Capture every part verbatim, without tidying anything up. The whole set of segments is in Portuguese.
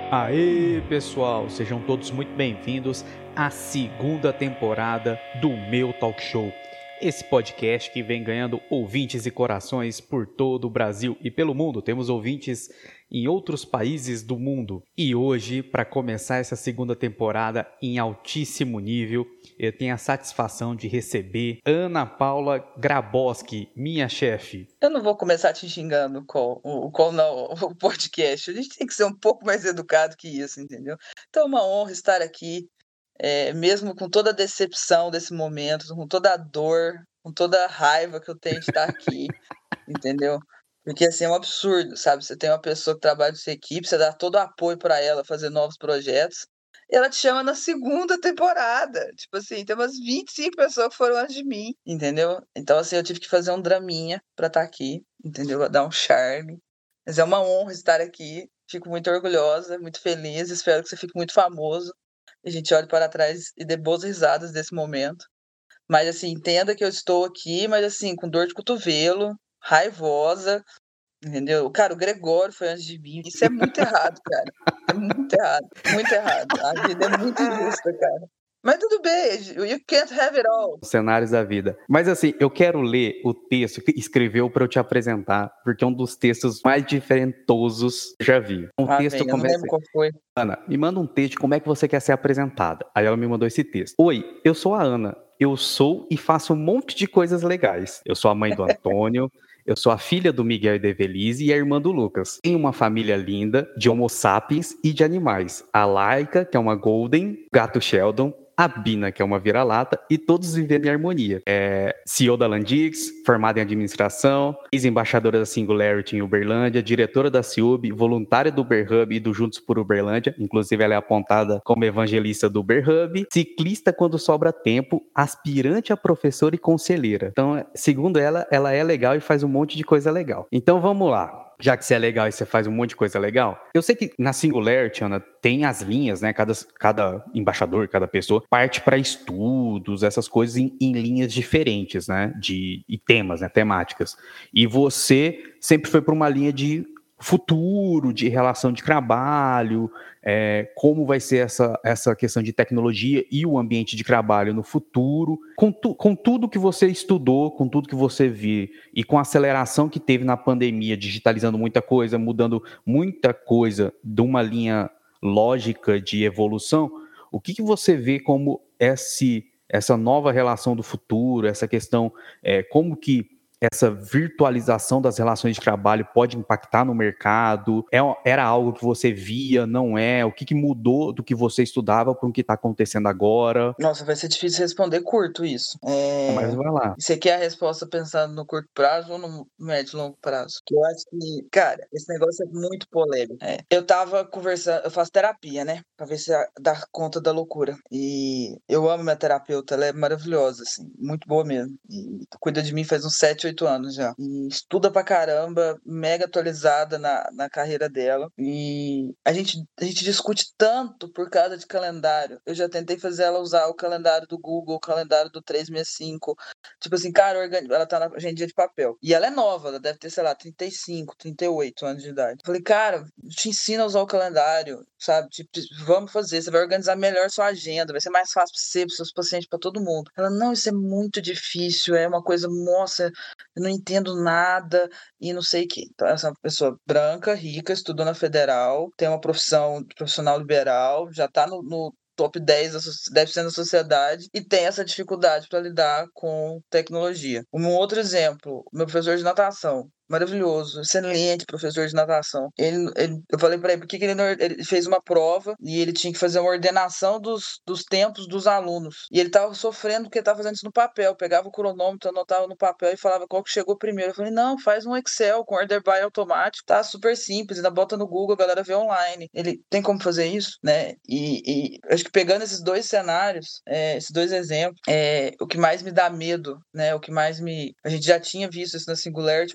Aê, pessoal, sejam todos muito bem-vindos à segunda temporada do meu talk show. Esse podcast que vem ganhando ouvintes e corações por todo o Brasil e pelo mundo. Temos ouvintes em outros países do mundo. E hoje, para começar essa segunda temporada em altíssimo nível, eu tenho a satisfação de receber Ana Paula Graboski, minha chefe. Eu não vou começar te xingando com o com não, o podcast. A gente tem que ser um pouco mais educado que isso, entendeu? Então é uma honra estar aqui, eh, mesmo com toda a decepção desse momento, com toda a dor, com toda a raiva que eu tenho de estar aqui, entendeu? Porque, assim, é um absurdo, sabe, você tem uma pessoa que trabalha com sua equipe, você dá todo o apoio para ela fazer novos projetos, e ela te chama na segunda temporada. Tipo assim, tem umas vinte e cinco pessoas que foram antes de mim, entendeu? Então, assim, eu tive que fazer um draminha pra estar aqui, entendeu? Dar um charme. Mas é uma honra estar aqui. Fico muito orgulhosa, muito feliz. Espero que você fique muito famoso. E a gente olhe para trás e dê boas risadas desse momento. Mas, assim, entenda que eu estou aqui, mas, assim, com dor de cotovelo, raivosa, entendeu? Cara, o Gregório foi antes de mim. Isso é muito errado, cara. É muito errado, muito errado. A vida é muito injusta, cara. Mas tudo bem, you can't have it all. Cenários da vida. Mas assim, eu quero ler o texto que escreveu para eu te apresentar, porque é um dos textos mais diferentosos que eu já vi. Um Ah, texto bem, eu não começa lembro qual foi. Ana, me manda um texto de como é que você quer ser apresentada. Aí ela me mandou esse texto. Oi, eu sou a Ana. Eu sou e faço um monte de coisas legais. Eu sou a mãe do Antônio, eu sou a filha do Miguel e da Evelise e a irmã do Lucas. Tenho uma família linda de homo sapiens e de animais. A Laika, que é uma golden, o gato Sheldon, a Bina, que é uma vira-lata, e todos vivendo em harmonia. É C E O da Landix, formada em administração, ex-embaixadora da Singularity em Uberlândia, diretora da Ciub, voluntária do Uberhub e do Juntos por Uberlândia, inclusive ela é apontada como evangelista do Uberhub, ciclista quando sobra tempo, aspirante a professora e conselheira. Então, segundo ela, ela é legal e faz um monte de coisa legal. Então vamos lá. Já que você é legal e você faz um monte de coisa legal, eu sei que na Singularity, Ana, tem as linhas, né? Cada, cada embaixador, cada pessoa parte para estudos, essas coisas em, em linhas diferentes, né? De, e temas, né? Temáticas. E você sempre foi para uma linha de futuro, de relação de trabalho, é, como vai ser essa, essa questão de tecnologia e o ambiente de trabalho no futuro, com, tu, com tudo que você estudou, com tudo que você viu e com a aceleração que teve na pandemia, digitalizando muita coisa, mudando muita coisa de uma linha lógica de evolução, o que, que você vê como esse, essa nova relação do futuro, essa questão, é, como que essa virtualização das relações de trabalho pode impactar no mercado? É, era algo que você via, não é? O que, que mudou do que você estudava para o que está acontecendo agora? Nossa, vai ser difícil responder curto isso. É... Mas vai lá. Você quer a resposta pensando no curto prazo ou no médio e longo prazo? Eu acho que, cara, esse negócio é muito polêmico. É. Eu tava conversando, eu faço terapia, né? Pra ver se dá conta da loucura. E eu amo minha terapeuta, ela é maravilhosa, assim, muito boa mesmo. E cuida de mim faz uns sete, oito anos já. E estuda pra caramba, mega atualizada na, na carreira dela. E a gente, a gente discute tanto por causa de calendário. Eu já tentei fazer ela usar o calendário do Google, o calendário do trezentos e sessenta e cinco. Tipo assim, cara, ela tá na agendinha de papel. E ela é nova, ela deve ter, sei lá, trinta e cinco, trinta e oito anos de idade. Falei, cara, te ensina a usar o calendário, sabe? Tipo, vamos fazer, você vai organizar melhor sua agenda, vai ser mais fácil pra você, pros seus pacientes, pra todo mundo. Ela, não, isso é muito difícil, é uma coisa, nossa, eu não entendo nada e não sei o que. Então, essa é uma pessoa branca, rica, estudou na federal, tem uma profissão profissional liberal, já tá no, no top dez, dez por cento da sociedade e tem essa dificuldade para lidar com tecnologia. Um outro exemplo, meu professor de natação, maravilhoso, excelente professor de natação. Ele, ele, eu falei para ele porque que ele, ele fez uma prova e ele tinha que fazer uma ordenação dos, dos tempos dos alunos. E ele tava sofrendo porque ele tava fazendo isso no papel. Pegava o cronômetro, anotava no papel e falava qual que chegou primeiro. Eu falei, não, faz um Excel com order by automático. Tá super simples, ainda bota no Google, a galera vê online. Ele tem como fazer isso, né? E, e acho que pegando esses dois cenários, é, esses dois exemplos, é, o que mais me dá medo, né? O que mais me... A gente já tinha visto isso na Singularity, mas isso era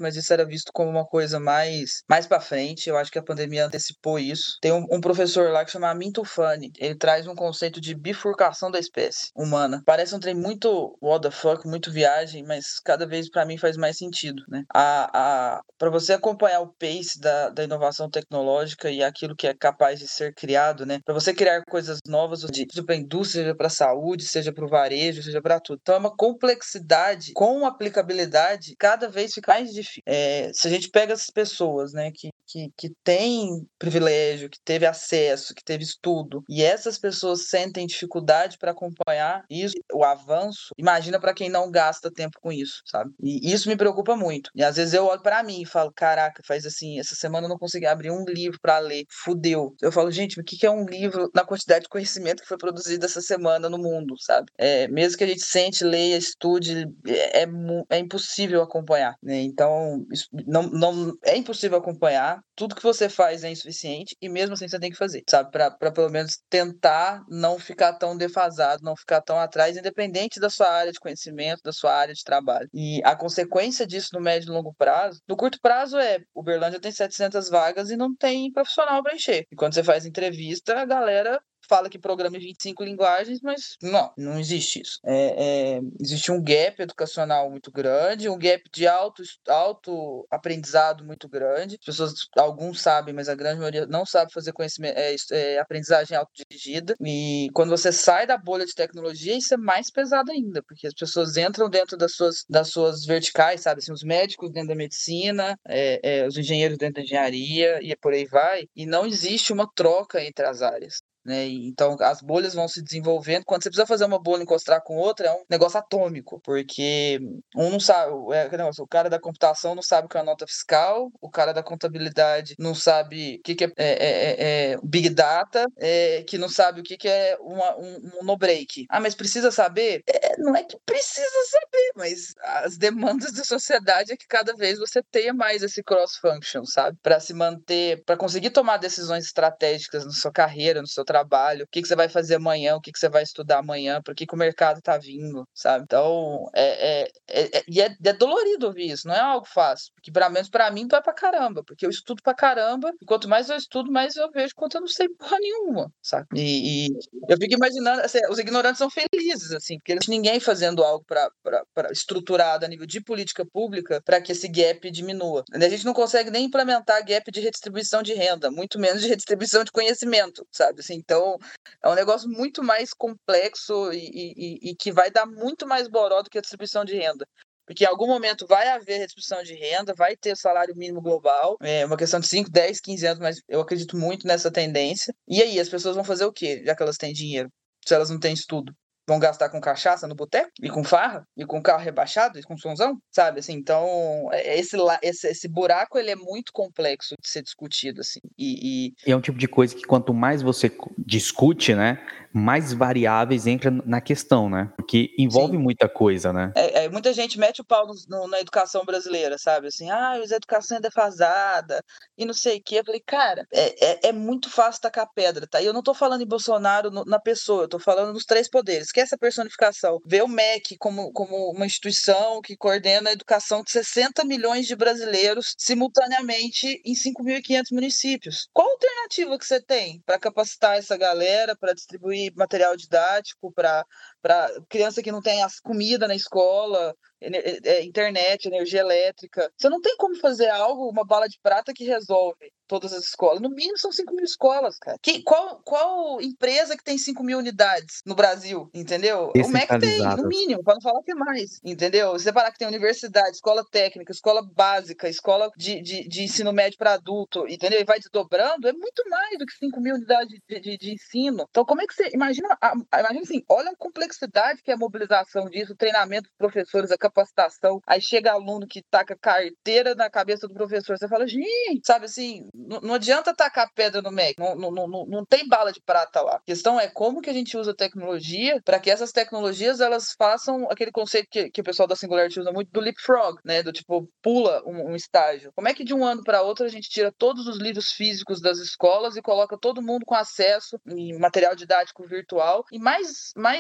era visto como uma coisa mais, mais para frente. Eu acho que a pandemia antecipou isso. Tem um, um professor lá que chama Amin Tufani. Ele traz um conceito de bifurcação da espécie humana. Parece um trem muito what the fuck, muito viagem, mas cada vez para mim faz mais sentido, né? A, a, para você acompanhar o pace da, da inovação tecnológica e aquilo que é capaz de ser criado, né? Para você criar coisas novas, de, seja para a indústria, seja para a saúde, seja para o varejo, seja para tudo. Então é uma complexidade com aplicabilidade cada vez fica mais difícil. É, se a gente pega as pessoas, né, que, que, que têm privilégio, que teve acesso, que teve estudo, e essas pessoas sentem dificuldade para acompanhar isso, o avanço, imagina para quem não gasta tempo com isso, sabe? E isso me preocupa muito. E às vezes eu olho para mim e falo, caraca, faz assim, essa semana eu não consegui abrir um livro para ler, fudeu. Eu falo, gente, o que é um livro na quantidade de conhecimento que foi produzido essa semana no mundo, sabe? É, mesmo que a gente sente, leia, estude, é, é, é impossível acompanhar, né? Então, isso não, não, é impossível acompanhar, tudo que você faz é insuficiente e mesmo assim você tem que fazer, sabe? Para pelo menos tentar não ficar tão defasado, não ficar tão atrás, independente da sua área de conhecimento, da sua área de trabalho. E a consequência disso no médio e longo prazo, no curto prazo é, Uberlândia tem setecentas vagas e não tem profissional para encher. E quando você faz entrevista, a galera fala que programa em vinte e cinco linguagens, mas não, não existe isso. É, é, existe um gap educacional muito grande, um gap de auto, auto aprendizado muito grande. As pessoas, alguns sabem, mas a grande maioria não sabe fazer conhecimento, é, é, aprendizagem autodirigida. E quando você sai da bolha de tecnologia, isso é mais pesado ainda, porque as pessoas entram dentro das suas, das suas verticais, sabe? Assim, os médicos dentro da medicina, é, é, os engenheiros dentro da engenharia, e por aí vai. E não existe uma troca entre as áreas. Né? Então as bolhas vão se desenvolvendo. Quando você precisa fazer uma bolha e encostar com outra, é um negócio atômico, porque um não sabe, é, o cara da computação não sabe o que é uma nota fiscal, o cara da contabilidade não sabe o que, que é, é, é, é Big Data, é, que não sabe o que, que é uma, um, um no-break. Ah, mas precisa saber? É, não é que precisa saber, mas as demandas da sociedade é que cada vez você tenha mais esse cross-function, sabe? Para se manter, para conseguir tomar decisões estratégicas na sua carreira, no seu trabalho, o que, que você vai fazer amanhã, o que, que você vai estudar amanhã, por que, que o mercado tá vindo, sabe? Então, é, é, é, é, e é, é dolorido ouvir isso, não é algo fácil, porque pelo menos pra mim dói pra caramba, porque eu estudo pra caramba, e quanto mais eu estudo, mais eu vejo quanto eu não sei porra nenhuma, sabe? E, e eu fico imaginando, assim, os ignorantes são felizes, assim, porque eles ninguém fazendo algo pra, pra, pra estruturado a nível de política pública para que esse gap diminua. A gente não consegue nem implementar gap de redistribuição de renda, muito menos de redistribuição de conhecimento, sabe? Assim, então, é um negócio muito mais complexo e, e, e que vai dar muito mais boró do que a distribuição de renda. Porque em algum momento vai haver redistribuição de renda, vai ter salário mínimo global, é uma questão de cinco, dez, quinze anos, mas eu acredito muito nessa tendência. E aí, as pessoas vão fazer o quê, já que elas têm dinheiro, se elas não têm estudo? Vão gastar com cachaça no boteco? E com farra? E com carro rebaixado? E com sonzão? Sabe, assim, então, esse, esse, esse buraco, ele é muito complexo de ser discutido, assim, e... E... e é um tipo de coisa que quanto mais você discute, né, mais variáveis entram na questão, né, porque envolve Sim. muita coisa, né. É, é, muita gente mete o pau no, no, na educação brasileira, sabe, assim, ah, a educação é defasada, e não sei o quê. Eu falei, cara, é, é, é muito fácil tacar pedra, tá? E eu não tô falando em Bolsonaro no, na pessoa, eu tô falando nos três poderes, que é essa personificação. Vê o M E C como, como uma instituição que coordena a educação de sessenta milhões de brasileiros simultaneamente em cinco mil e quinhentos municípios. Qual alternativa que você tem para capacitar essa galera, para distribuir material didático, para criança que não tem as comida na escola, internet, energia elétrica? Você não tem como fazer algo, uma bala de prata que resolve todas as escolas. No mínimo são cinco mil escolas, cara. Que, qual, qual empresa que tem cinco mil unidades no Brasil, entendeu? O M E C tem, no mínimo, para não falar que é mais, entendeu? Você separar que tem universidade, escola técnica, escola básica, escola de, de, de ensino médio para adulto, entendeu? E vai desdobrando, é muito mais do que cinco mil unidades de, de, de ensino. Então, como é que você... Imagina, imagina assim, olha a complexidade que é a mobilização disso, o treinamento dos professores, a capacitação, aí chega aluno que taca carteira na cabeça do professor, você fala, gente, sabe assim, não, não adianta tacar pedra no M E C, não, não, não, não tem bala de prata lá. A questão é como que a gente usa a tecnologia para que essas tecnologias, elas façam aquele conceito que, que o pessoal da Singularity usa muito, do leapfrog, né, do tipo, pula um, um estágio. Como é que de um ano para outro a gente tira todos os livros físicos das escolas e coloca todo mundo com acesso em material didático virtual, e mais, mais ninja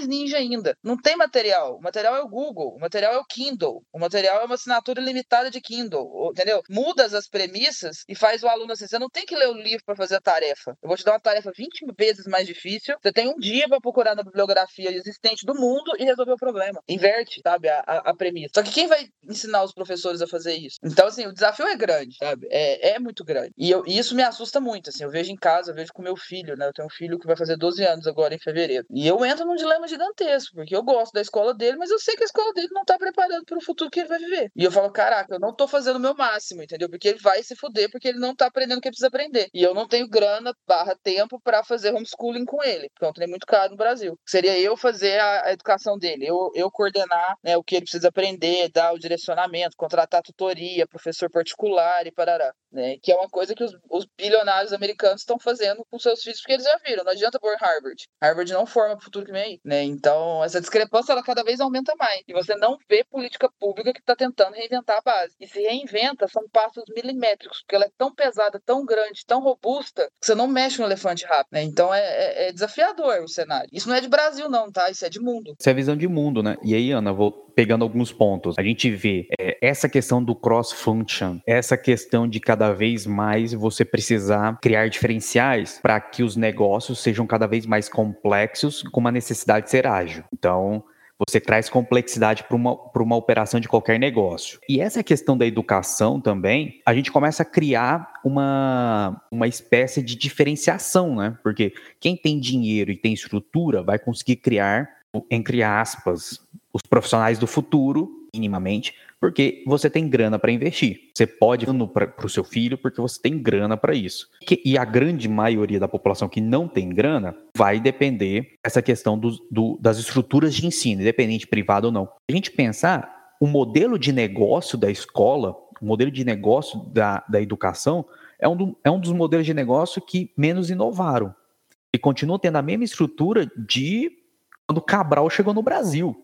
ainda. Não tem material. O material é o Google, o material é o Kindle, o material é uma assinatura ilimitada de Kindle, entendeu? Muda as premissas e faz o aluno assim, você não tem que ler o livro para fazer a tarefa. Eu vou te dar uma tarefa vinte vezes mais difícil, você tem um dia para procurar na bibliografia existente do mundo e resolver o problema. Inverte, sabe, a, a, a premissa. Só que quem vai ensinar os professores a fazer isso? Então, assim, o desafio é grande, sabe? É, é muito grande. E, eu, e isso me assusta muito, assim, eu vejo em casa, eu vejo com meu filho, né? Eu tenho um filho que vai fazer doze anos agora em fevereiro. E eu entro num dilema gigantesco, porque eu gosto da escola dele, mas eu sei que a escola dele não tá preparando para o futuro que ele vai viver. E eu falo, caraca, eu não tô fazendo o meu máximo, entendeu? Porque ele vai se fuder, porque ele não tá aprendendo o que ele precisa aprender. E eu não tenho grana barra tempo para fazer homeschooling com ele, porque é um trem muito caro no Brasil. Seria eu fazer a, a educação dele, eu, eu coordenar, né, o que ele precisa aprender, dar o direcionamento, contratar tutoria, professor particular e parará. Né, que é uma coisa que os, os bilionários americanos estão fazendo com seus filhos, porque eles já viram, não adianta pôr Harvard. Harvard não forma o futuro que vem aí, né? Então, essa discrepância, ela cada vez aumenta mais. E você não vê política pública que está tentando reinventar a base. E se reinventa, são passos milimétricos, porque ela é tão pesada, tão grande, tão robusta, que você não mexe um elefante rápido, né? Então, é, é, é desafiador o cenário. Isso não é de Brasil, não, tá? Isso é de mundo. Isso é visão de mundo, né? E aí, Ana, vou pegando alguns pontos. A gente vê é, essa questão do cross-function, essa questão de cada vez mais você precisar criar diferenciais para que os negócios sejam cada vez mais complexos com uma necessidade de ser ágil. Então, você traz complexidade para uma, para uma operação de qualquer negócio. E essa questão da educação também, a gente começa a criar uma, uma espécie de diferenciação, né? Porque quem tem dinheiro e tem estrutura vai conseguir criar, entre aspas, os profissionais do futuro, minimamente, porque você tem grana para investir. Você pode ir para o seu filho porque você tem grana para isso. E a grande maioria da população que não tem grana vai depender dessa questão do, do, das estruturas de ensino, independente privado ou não. Se a gente pensar, o modelo de negócio da escola, o modelo de negócio da, da educação, é um, do, é um dos modelos de negócio que menos inovaram. E continuam tendo a mesma estrutura de quando Cabral chegou no Brasil.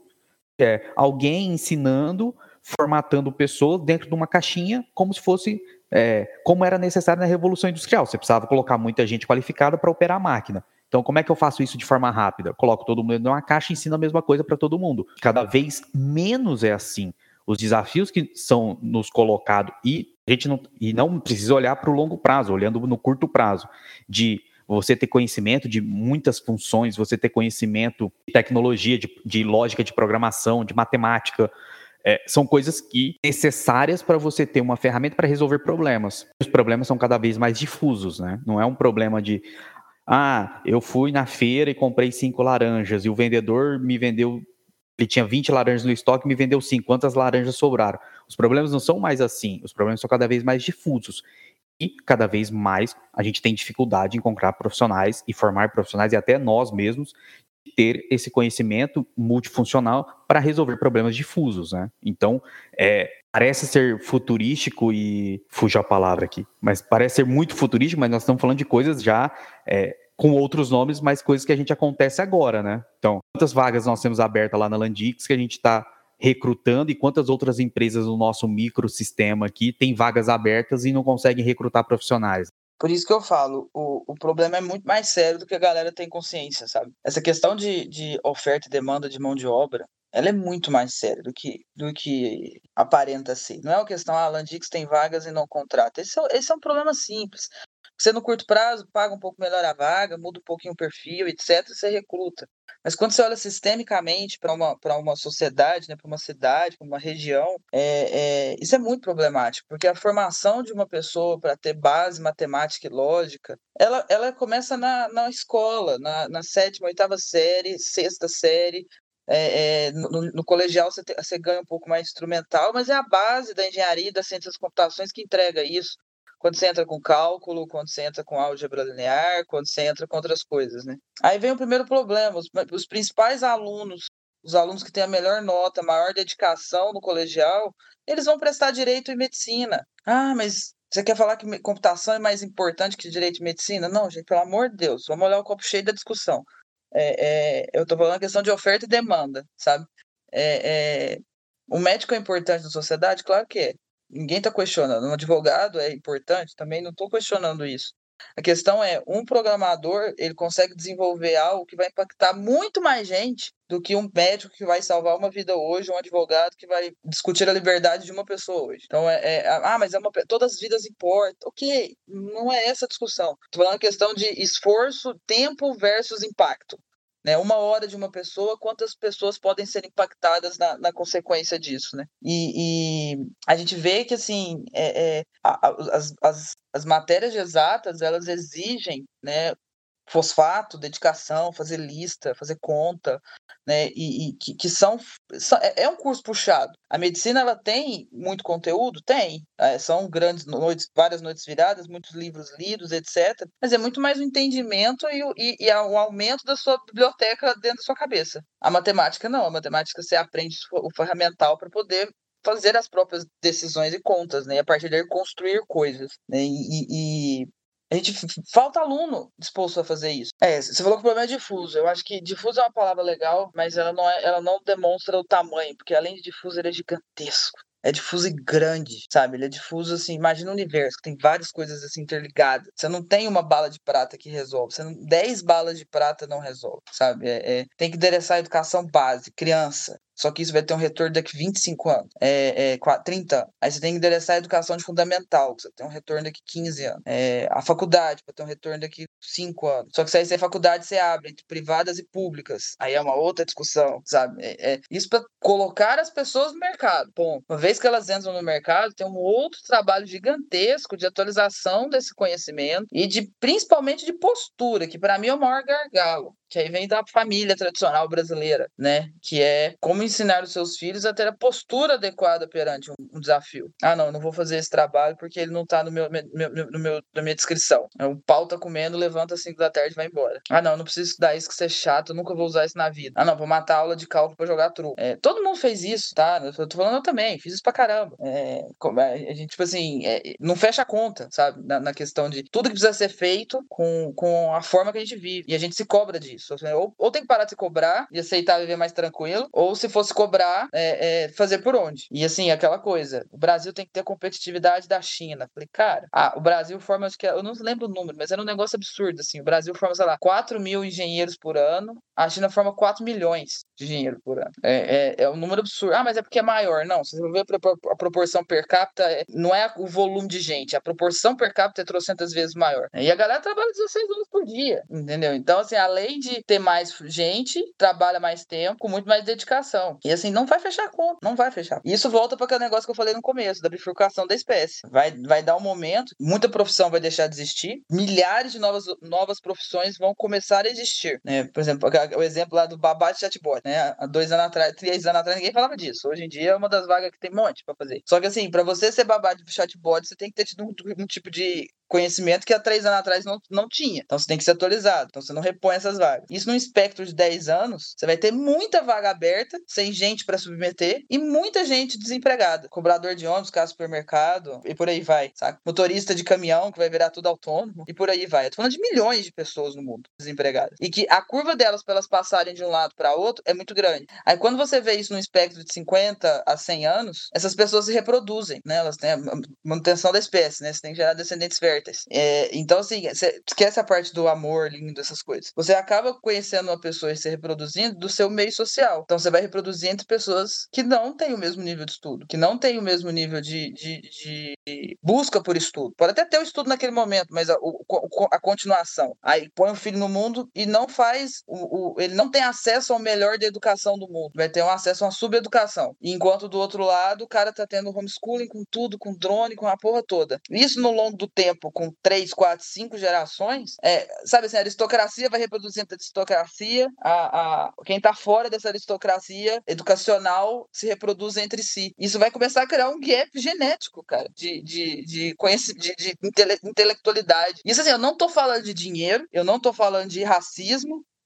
É, alguém ensinando, formatando pessoas dentro de uma caixinha, como se fosse, é, como era necessário na Revolução Industrial. Você precisava colocar muita gente qualificada para operar a máquina. Então, como é que eu faço isso de forma rápida? Coloco todo mundo numa caixa e ensino a mesma coisa para todo mundo. Cada vez menos é assim. Os desafios que são nos colocados, e a gente não, e não precisa olhar para o longo prazo, olhando no curto prazo, de você ter conhecimento de muitas funções, você ter conhecimento de tecnologia, de, de lógica de programação, de matemática, é, são coisas que necessárias para você ter uma ferramenta para resolver problemas. Os problemas são cada vez mais difusos, né? Não é um problema de, ah, eu fui na feira e comprei cinco laranjas e o vendedor me vendeu, ele tinha vinte laranjas no estoque e me vendeu cinco, quantas laranjas sobraram? Os problemas não são mais assim, os problemas são cada vez mais difusos. E cada vez mais a gente tem dificuldade em encontrar profissionais e formar profissionais, e até nós mesmos, ter esse conhecimento multifuncional para resolver problemas difusos, né? Então, é, parece ser futurístico e... fugiu a palavra aqui, mas parece ser muito futurístico, mas nós estamos falando de coisas já... É, com outros nomes, mas coisas que a gente acontece agora, né? Então, quantas vagas nós temos abertas lá na Landix que a gente está recrutando, e quantas outras empresas no nosso microsistema aqui têm vagas abertas e não conseguem recrutar profissionais? Por isso que eu falo, o, o problema é muito mais sério do que a galera tem consciência, sabe? Essa questão de, de oferta e demanda de mão de obra, ela é muito mais séria do que, do que aparenta ser. Não é uma questão, ah, a Landix tem vagas e não contrata. Esse é, esse é um problema simples. Você, no curto prazo, paga um pouco melhor a vaga, muda um pouquinho o perfil, etcétera, você recruta. Mas quando você olha sistemicamente para uma, para uma sociedade, né, para uma cidade, para uma região, é, é, isso é muito problemático, porque a formação de uma pessoa para ter base matemática e lógica, ela, ela começa na, na escola, na, na sétima, oitava série, sexta série. É, é, no, no colegial você, te, você ganha um pouco mais instrumental, mas é a base da engenharia e das ciências das computações que entrega isso. Quando você entra com cálculo, quando você entra com álgebra linear, quando você entra com outras coisas, né? Aí vem o primeiro problema, os, os principais alunos, os alunos que têm a melhor nota, a maior dedicação no colegial, eles vão prestar direito e medicina. Ah, mas você quer falar que computação é mais importante que direito e medicina? Não, gente, pelo amor de Deus, vamos olhar o copo cheio da discussão. É, é, eu estou falando a questão de oferta e demanda, sabe? É, é, o médico é importante na sociedade? Claro que é. Ninguém está questionando. Um advogado é importante? Também não estou questionando isso. A questão é, um programador, ele consegue desenvolver algo que vai impactar muito mais gente do que um médico que vai salvar uma vida hoje, um advogado que vai discutir a liberdade de uma pessoa hoje. Então, é, é ah, mas é uma, todas as vidas importam. Ok, não é essa a discussão. Estou falando a questão de esforço, tempo versus impacto. Né? Uma hora de uma pessoa, quantas pessoas podem ser impactadas na, na consequência disso, né? E, e a gente vê que, assim, é, é, a, a, as, as, as matérias exatas, elas exigem, né, fosfato, dedicação, fazer lista, fazer conta, né? E, e que, que são, são é um curso puxado. A medicina ela tem muito conteúdo, tem, é, são grandes noites, várias noites viradas, muitos livros lidos, etcétera. Mas é muito mais o entendimento e o, e, e o aumento da sua biblioteca dentro da sua cabeça. A matemática não, a matemática você aprende o ferramental para poder fazer as próprias decisões e contas, né? E a partir daí construir coisas, né? E, e, a gente falta aluno disposto a fazer isso. É, você falou que o problema é difuso. Eu acho que difuso é uma palavra legal, mas ela não, é, ela não demonstra o tamanho, porque além de difuso, ele é gigantesco. É difuso e grande, sabe? Ele é difuso, assim, imagina o universo, que tem várias coisas assim interligadas. Você não tem uma bala de prata que resolve. Você não, dez balas de prata não resolve, sabe? É, é, tem que endereçar a educação base, criança. Só que isso vai ter um retorno daqui vinte e cinco anos, é, é, trinta anos. Aí você tem que endereçar a educação de fundamental, que você tem um retorno daqui quinze anos. É, a faculdade, para ter um retorno daqui cinco anos. Só que se aí você é faculdade, você abre entre privadas e públicas. Aí é uma outra discussão, sabe? É, é, isso para colocar as pessoas no mercado. Bom, uma vez que elas entram no mercado, tem um outro trabalho gigantesco de atualização desse conhecimento e de principalmente de postura, que para mim é o maior gargalo. Que aí vem da família tradicional brasileira, né? Que é como ensinar os seus filhos a ter a postura adequada perante um, um desafio. Ah, não, não vou fazer esse trabalho porque ele não tá no meu, meu, no meu, na minha descrição. O pau tá comendo, levanta às cinco da tarde e vai embora. Ah, não, não preciso estudar isso que isso é chato, eu nunca vou usar isso na vida. Ah, não, vou matar a aula de cálculo pra jogar truco. É, todo mundo fez isso, tá? Eu tô falando eu também, fiz isso pra caramba. É, a gente, tipo assim, é, não fecha a conta, sabe? Na, na questão de tudo que precisa ser feito com, com a forma que a gente vive. E a gente se cobra disso. Ou, ou tem que parar de se cobrar e aceitar viver mais tranquilo, ou se fosse cobrar, é, é, fazer por onde. E assim, aquela coisa, o Brasil tem que ter a competitividade da China. Falei, cara, ah, o Brasil forma, acho que, eu não lembro o número, mas era um negócio absurdo, assim, o Brasil forma, sei lá, quatro mil engenheiros por ano, a China forma quatro milhões de engenheiros por ano. É, é, é um número absurdo. Ah, mas é porque é maior. Não, se você ver a proporção per capita, não é o volume de gente, a proporção per capita é trocentas vezes maior. E a galera trabalha dezesseis horas por dia, entendeu? Então, assim, além de ter mais gente, trabalha mais tempo, com muito mais dedicação. E assim, não vai fechar a conta, não vai fechar. Isso volta para aquele negócio que eu falei no começo, da bifurcação da espécie. Vai, vai dar um momento, muita profissão vai deixar de existir, milhares de novas, novas profissões vão começar a existir. Né? Por exemplo, o exemplo lá do babá de chatbot, né? Há dois anos atrás, três anos atrás, ninguém falava disso. Hoje em dia é uma das vagas que tem um monte para fazer. Só que assim, para você ser babá de chatbot, você tem que ter tido um, um tipo de conhecimento que há três anos atrás não, não tinha. Então você tem que ser atualizado. Então você não repõe essas vagas. Isso num espectro de dez anos, você vai ter muita vaga aberta, sem gente para submeter, e muita gente desempregada. Cobrador de ônibus, casa supermercado, e por aí vai, saca? Motorista de caminhão, que vai virar tudo autônomo, e por aí vai. Eu tô falando de milhões de pessoas no mundo desempregadas. E que a curva delas, para elas passarem de um lado para outro, é muito grande. Aí quando você vê isso num espectro de cinquenta a cem anos, essas pessoas se reproduzem, né? Elas têm a manutenção da espécie, né? Você tem que gerar descendentes férteis. É, então, assim, você esquece a parte do amor lindo, essas coisas. Você acaba conhecendo uma pessoa e se reproduzindo do seu meio social. Então, você vai reproduzir entre pessoas que não têm o mesmo nível de estudo, que não têm o mesmo nível de, de, de busca por estudo. Pode até ter o estudo naquele momento, mas a, o, a continuação. Aí põe o filho no mundo e não faz, o, o, ele não tem acesso ao melhor da educação do mundo. Vai ter um acesso a uma subeducação. E enquanto do outro lado, o cara tá tendo homeschooling com tudo, com drone, com a porra toda. Isso no longo do tempo, com três, quatro, cinco gerações, é, sabe assim, a aristocracia vai reproduzindo a aristocracia, a, a, quem está fora dessa aristocracia educacional se reproduz entre si. Isso vai começar a criar um gap genético, cara, de, de, de, de, de intele, intelectualidade. Isso assim, eu não tô falando de dinheiro, eu não tô falando de racismo,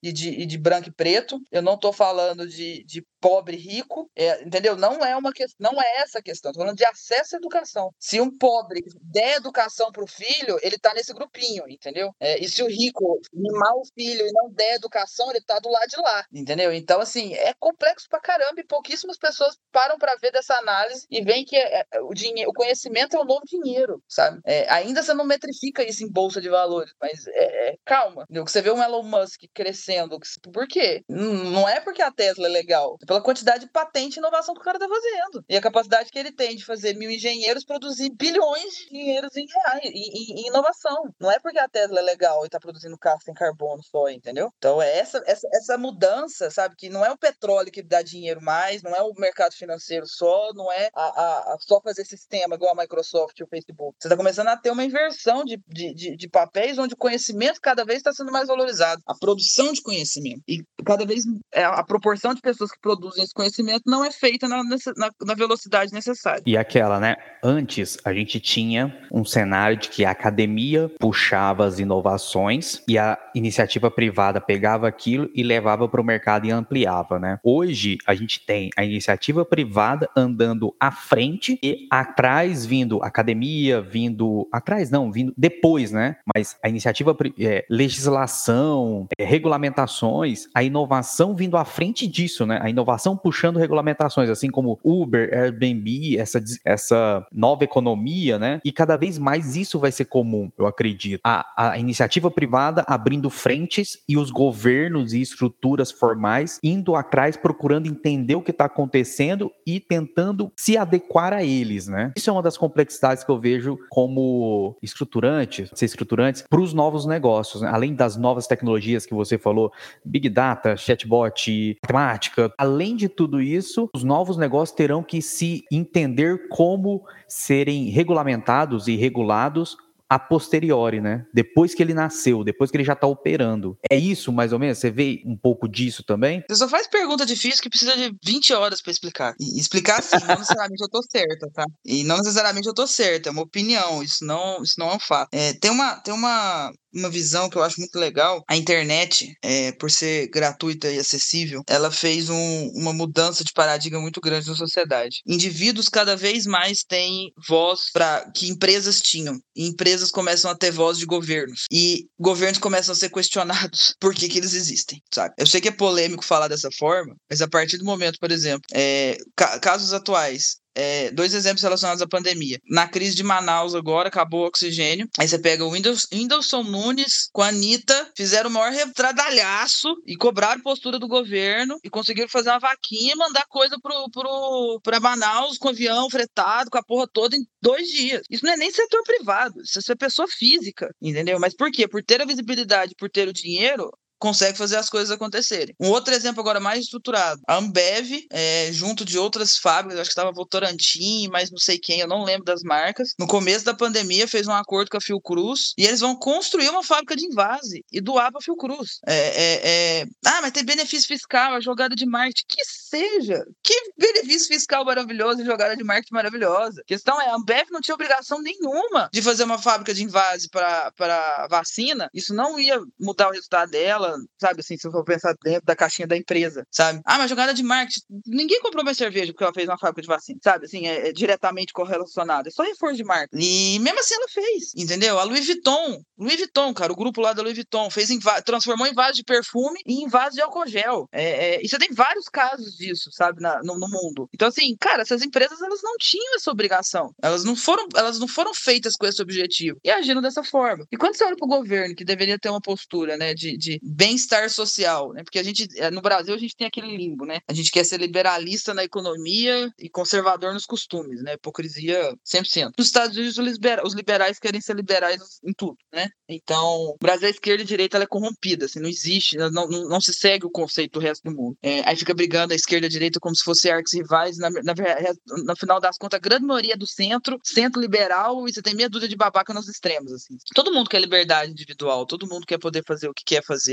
e de, e de branco e preto. Eu não tô falando de, de pobre e rico, é, entendeu? Não é uma questão, não é essa a questão. Tô falando de acesso à educação. Se um pobre der educação pro filho, ele tá nesse grupinho, entendeu? É, e se o rico mimar o filho e não der educação, ele tá do lado de lá, entendeu? Então, assim, é complexo pra caramba e pouquíssimas pessoas param pra ver dessa análise e veem que é, é, o, dinheiro, o conhecimento é o novo dinheiro, sabe? É, ainda você não metrifica isso em bolsa de valores, mas é, é, calma, entendeu? Você vê um Elon Musk crescendo, por quê? Não é porque a Tesla é legal, é pela quantidade de patente e inovação que o cara tá fazendo. E a capacidade que ele tem de fazer mil engenheiros produzir bilhões de dinheiros em reais, em, em, em inovação. Não é porque a Tesla é legal e tá produzindo carro sem carbono só, entendeu? Então é essa, essa, essa mudança, sabe? Que não é o petróleo que dá dinheiro mais, não é o mercado financeiro só, não é a, a, a só fazer sistema igual a Microsoft e o Facebook. Você tá começando a ter uma inversão de, de, de, de papéis onde o conhecimento cada vez está sendo mais valorizado. A produção de conhecimento. E cada vez a proporção de pessoas que produzem esse conhecimento não é feita na, na, na velocidade necessária. E aquela, né? Antes a gente tinha um cenário de que a academia puxava as inovações e a iniciativa privada pegava aquilo e levava para o mercado e ampliava, né? Hoje a gente tem a iniciativa privada andando à frente e atrás vindo academia, vindo atrás não, vindo depois, né? Mas a iniciativa é, legislação, é, regulamentações, a inovação vindo à frente disso, né? A inovação puxando regulamentações, assim como Uber, Airbnb, essa, essa nova economia, né? E cada vez mais isso vai ser comum, eu acredito. A, a iniciativa privada abrindo frentes e os governos e estruturas formais indo atrás, procurando entender o que está acontecendo e tentando se adequar a eles, né? Isso é uma das complexidades que eu vejo como estruturantes, ser estruturantes para os novos negócios, né? Além das novas tecnologias que você falou, Big Data, chatbot, matemática, além de tudo isso, os novos negócios terão que se entender como serem regulamentados e regulados a posteriori, né? Depois que ele nasceu, depois que ele já está operando. É isso, mais ou menos? Você vê um pouco disso também? Você só faz pergunta difícil que precisa de vinte horas para explicar. E explicar assim, não necessariamente eu tô certa, tá? E não necessariamente eu tô certa, é uma opinião, isso não, isso não é um fato. É, tem uma, tem uma, uma visão que eu acho muito legal. A internet, é, por ser gratuita e acessível, ela fez um, uma mudança de paradigma muito grande na sociedade. Indivíduos cada vez mais têm voz para que empresas tinham. E empresas começam a ter voz de governos. E governos começam a ser questionados por que que eles existem, sabe? Eu sei que é polêmico falar dessa forma, mas a partir do momento, por exemplo, é, ca- casos atuais, é, dois exemplos relacionados à pandemia. Na crise de Manaus agora, acabou o oxigênio. Aí você pega o Windows, Whindersson Nunes com a Anitta, fizeram o maior retradalhaço e cobraram postura do governo e conseguiram fazer uma vaquinha e mandar coisa pro, pro, pra Manaus com avião fretado, com a porra toda em dois dias. Isso não é nem setor privado, isso é pessoa física, entendeu? Mas por quê? Por ter a visibilidade, por ter o dinheiro, consegue fazer as coisas acontecerem. Um outro exemplo agora mais estruturado. A Ambev, é, junto de outras fábricas, acho que estava Votorantim, mas não sei quem, eu não lembro das marcas, no começo da pandemia fez um acordo com a Fiocruz e eles vão construir uma fábrica de invase e doar para a Fiocruz. É, é, é... Ah, mas tem benefício fiscal, a jogada de marketing. Que seja! Que benefício fiscal maravilhoso e jogada de marketing maravilhosa. A questão é, a Ambev não tinha obrigação nenhuma de fazer uma fábrica de invase para vacina. Isso não ia mudar o resultado dela, sabe, assim, se eu for pensar dentro da caixinha da empresa, sabe? Ah, mas jogada de marketing, ninguém comprou mais cerveja porque ela fez uma fábrica de vacina, sabe, assim, é, é diretamente correlacionado, é só reforço de marca. E mesmo assim ela fez, entendeu? A Louis Vuitton, Louis Vuitton, cara, o grupo lá da Louis Vuitton, fez em, transformou em vaso de perfume e em vaso de álcool gel. É, é, e você tem vários casos disso, sabe, na, no, no mundo. Então, assim, cara, essas empresas, elas não tinham essa obrigação, elas não foram, elas não foram feitas com esse objetivo e agiram dessa forma. E quando você olha pro governo, que deveria ter uma postura, né, de, de bem-estar social, né? Porque a gente, no Brasil, a gente tem aquele limbo, né? A gente quer ser liberalista na economia e conservador nos costumes, né? Hipocrisia cem por cento. Nos Estados Unidos, os, libera- os liberais querem ser liberais em tudo, né? Então, o Brasil, a esquerda e a direita, ela é corrompida, assim, não existe, não, não, não se segue o conceito do resto do mundo. É, aí fica brigando a esquerda e a direita como se fossem arquirrivais, na, na, no final das contas, a grande maioria é do centro, centro liberal, e você tem meia dúzia de babaca nos extremos, assim. Todo mundo quer liberdade individual, todo mundo quer poder fazer o que quer fazer,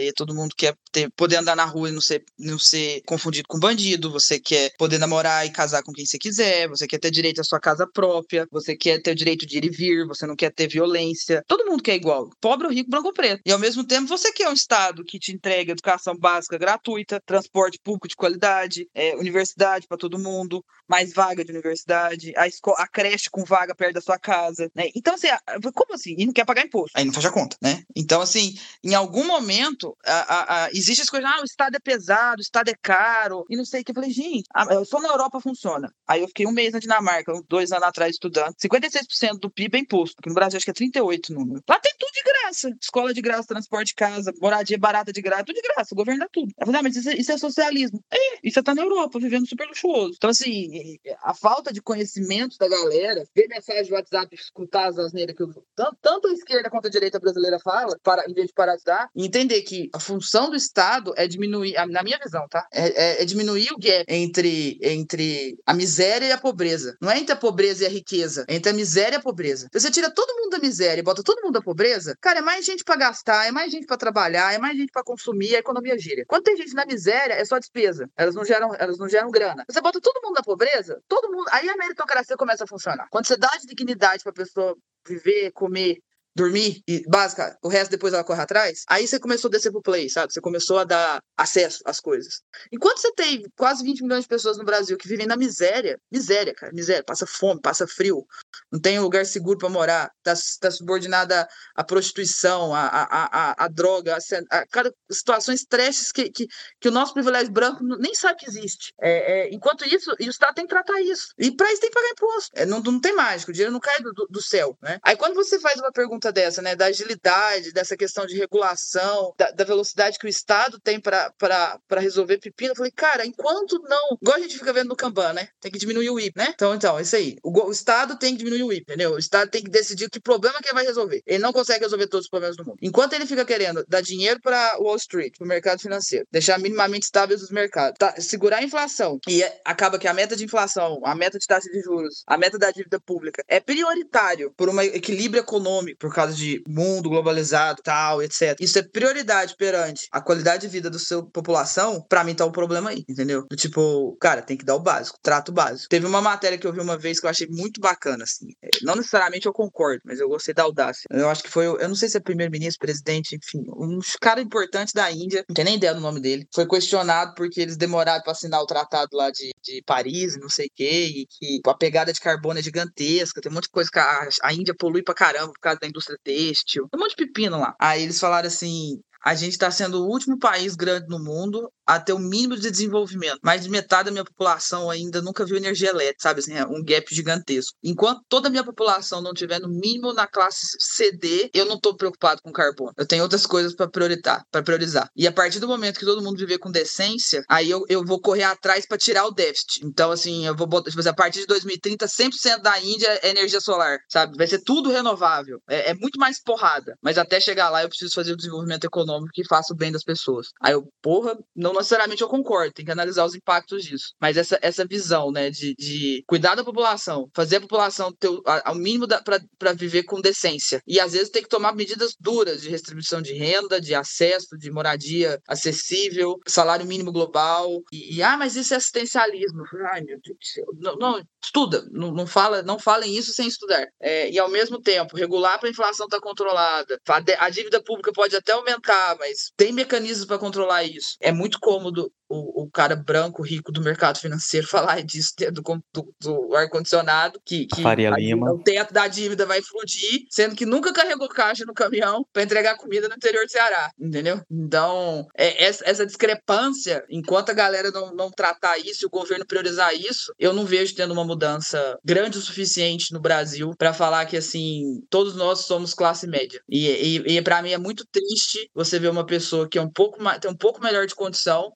ter, todo mundo quer ter, poder andar na rua e não ser, não ser confundido com bandido, você quer poder namorar e casar com quem você quiser, você quer ter direito à sua casa própria, você quer ter o direito de ir e vir, você não quer ter violência. Todo mundo quer igual, pobre ou rico, branco ou preto. E ao mesmo tempo você quer um Estado que te entregue educação básica gratuita, transporte público de qualidade, é, universidade para todo mundo, mais vaga de universidade, a, escola, a creche com vaga perto da sua casa, né? Então, assim, como assim? E não quer pagar imposto? Aí não fecha a conta, né? Então, assim, em algum momento, a, a, a, existe as coisas, ah, o Estado é pesado, o Estado é caro, e não sei o que. Eu falei, gente, só na Europa funciona. Aí eu fiquei um mês na Dinamarca, dois anos atrás estudando, cinquenta e seis por cento do P I B é imposto, aqui no Brasil acho que é trinta e oito por cento número. Lá tem tudo de graça, escola de graça, transporte de casa, moradia barata de graça, tudo de graça, o governo dá tudo. Eu falei, ah, mas isso é, isso é socialismo. É, e você tá na Europa, vivendo super luxuoso. Então, assim, a falta de conhecimento da galera, ver mensagem de WhatsApp, escutar as asneiras que eu, tanto, tanto a esquerda quanto a direita brasileira fala, para, em vez de parar de dar, e entender que a função do Estado é diminuir, na minha visão, tá? É, é, é diminuir o gap entre, entre a miséria e a pobreza. Não é entre a pobreza e a riqueza, é entre a miséria e a pobreza. Se você tira todo mundo da miséria e bota todo mundo da pobreza, cara, é mais gente pra gastar, é mais gente pra trabalhar, é mais gente pra consumir, a economia gira. Quando tem gente na miséria, é só despesa. Elas não geram, elas não geram grana. Você bota todo mundo na pobreza, todo mundo. Aí a meritocracia começa a funcionar. Quando você dá dignidade pra pessoa viver, comer, dormir e básica, o resto depois ela corre atrás, aí você começou a descer pro play, sabe? Você começou a dar acesso às coisas. Enquanto você tem quase vinte milhões de pessoas no Brasil que vivem na miséria, miséria, cara, miséria, passa fome, passa frio, não tem um lugar seguro para morar, tá, tá subordinada à prostituição, à, à, à, à droga, a, a cada situações trashes que, que, que o nosso privilégio branco nem sabe que existe. É, é, enquanto isso, e o Estado tem que tratar isso. E para isso tem que pagar imposto. É, não, não tem mágica, o dinheiro não cai do, do céu, né? Aí quando você faz uma pergunta dessa, né, da agilidade, dessa questão de regulação, da, da velocidade que o Estado tem para resolver pepino, eu falei, cara, enquanto não, igual a gente fica vendo no Kanban, né, tem que diminuir o I P, né, então, então, é isso aí, o, o Estado tem que diminuir o I P, entendeu, o Estado tem que decidir que problema que ele vai resolver, ele não consegue resolver todos os problemas do mundo, enquanto ele fica querendo dar dinheiro para Wall Street, para o mercado financeiro, deixar minimamente estáveis os mercados, tá, segurar a inflação, e é, acaba que a meta de inflação, a meta de taxa de juros, a meta da dívida pública, é prioritário por um equilíbrio econômico, por causa de mundo globalizado, tal, etcétera. Isso é prioridade perante a qualidade de vida da sua população, pra mim tá um problema aí, entendeu? Do tipo, cara, tem que dar o básico, trato básico. Teve uma matéria que eu vi uma vez que eu achei muito bacana, assim. Não necessariamente eu concordo, mas eu gostei da audácia. Eu acho que foi, eu não sei se é primeiro-ministro, presidente, enfim, um cara importante da Índia, não tenho nem ideia do nome dele, foi questionado porque eles demoraram pra assinar o tratado lá de, de Paris, não sei o quê, e que a pegada de carbono é gigantesca, tem um monte de coisa que a, a Índia polui pra caramba por causa da indústria têxtil, um monte de pepino lá. Aí eles falaram assim, a gente está sendo o último país grande no mundo a ter o mínimo de desenvolvimento. Mais de metade da minha população ainda nunca viu energia elétrica, sabe? Assim, é um gap gigantesco. Enquanto toda a minha população não tiver no mínimo na classe C D, eu não estou preocupado com carbono. Eu tenho outras coisas para priorizar, para priorizar. E a partir do momento que todo mundo viver com decência, aí eu, eu vou correr atrás para tirar o déficit. Então, assim, eu vou botar, tipo, a partir de dois mil e trinta, cem por cento da Índia é energia solar, sabe? Vai ser tudo renovável. É, é muito mais porrada. Mas até chegar lá, eu preciso fazer o desenvolvimento econômico que faça o bem das pessoas. Aí eu, porra, não necessariamente eu concordo, tem que analisar os impactos disso. Mas essa, essa visão, né, de, de cuidar da população, fazer a população ter o, ao mínimo para viver com decência. E às vezes tem que tomar medidas duras de restribuição de renda, de acesso, de moradia acessível, salário mínimo global. E, e ah, mas isso é assistencialismo. Ai, meu Deus do céu. Não, não estuda, não, não, fala, não falem isso sem estudar. É, e ao mesmo tempo, regular para a inflação estar controlada. A, a dívida pública pode até aumentar, mas tem mecanismos para controlar isso. É muito cômodo o, o cara branco, rico do mercado financeiro falar disso dentro do, do, do ar-condicionado, que, que Faria a, Lima. o teto da dívida vai explodir, sendo que nunca carregou caixa no caminhão para entregar comida no interior do Ceará, entendeu? Então, é, essa, essa discrepância, enquanto a galera não, não tratar isso e o governo priorizar isso, eu não vejo tendo uma mudança grande o suficiente no Brasil para falar que, assim, todos nós somos classe média. E, e, e para mim é muito triste você ver uma pessoa que é um pouco mais, tem um pouco melhor de condição, não querer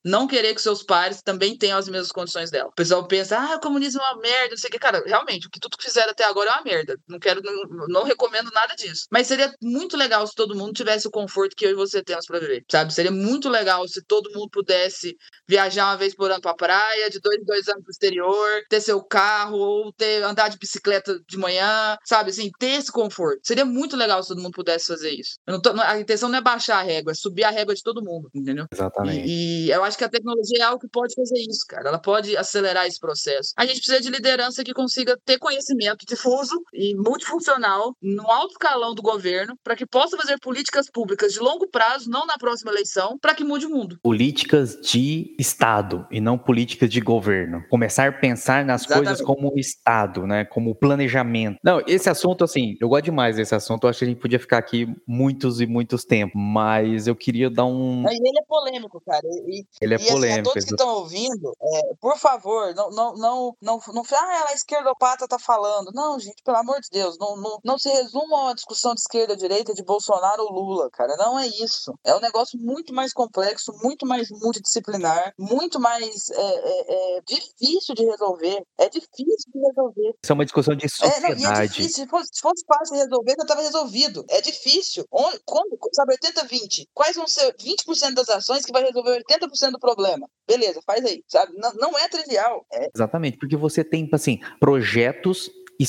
querer que seus pares também tenham as mesmas condições dela. O pessoal pensa, ah, o comunismo é uma merda, não sei o que. Cara, realmente, o que tudo que fizeram até agora é uma merda. Não quero, não, não recomendo nada disso. Mas seria muito legal se todo mundo tivesse o conforto que eu e você temos pra viver, sabe? Seria muito legal se todo mundo pudesse viajar uma vez por ano pra praia, de dois em dois anos pro exterior, ter seu carro, ou ter, andar de bicicleta de manhã, sabe? Assim, ter esse conforto. Seria muito legal se todo mundo pudesse fazer isso. Eu não tô, a intenção não é baixar a régua, é subir a régua de todo mundo, entendeu? Exatamente. E, e eu acho que a tecnologia é algo que pode fazer isso, cara. Ela pode acelerar esse processo. A gente precisa de liderança que consiga ter conhecimento difuso e multifuncional no alto escalão do governo para que possa fazer políticas públicas de longo prazo, não na próxima eleição, para que mude o mundo. Políticas de Estado e não políticas de governo. Começar a pensar nas Exatamente. coisas como Estado, né? Como planejamento. Não, esse assunto, assim, eu gosto demais desse assunto. Eu acho que a gente podia ficar aqui muitos e muitos tempos, mas eu queria dar um... E ele é polêmico, cara. E, Ele é e assim, a polêmico. todos que estão ouvindo, é, por favor, não, não, não, não, não fala, ah, a esquerdopata tá falando. Não, gente, pelo amor de Deus, não, não, não se resuma a uma discussão de esquerda-direita de Bolsonaro ou Lula, cara. Não é isso. É um negócio muito mais complexo, muito mais multidisciplinar, muito mais é, é, é, difícil de resolver. É difícil de resolver. Isso é uma discussão de É, não, e é sociedade. difícil. Se fosse, se fosse fácil de resolver, já estava resolvido. É difícil. Onde, quando, sabe, oitenta vinte? Quais vão ser vinte por cento das ações que vai resolver oitenta por cento do problema? Beleza, faz aí, sabe? Não, não é trivial. É. Exatamente, porque você tem, assim, projetos,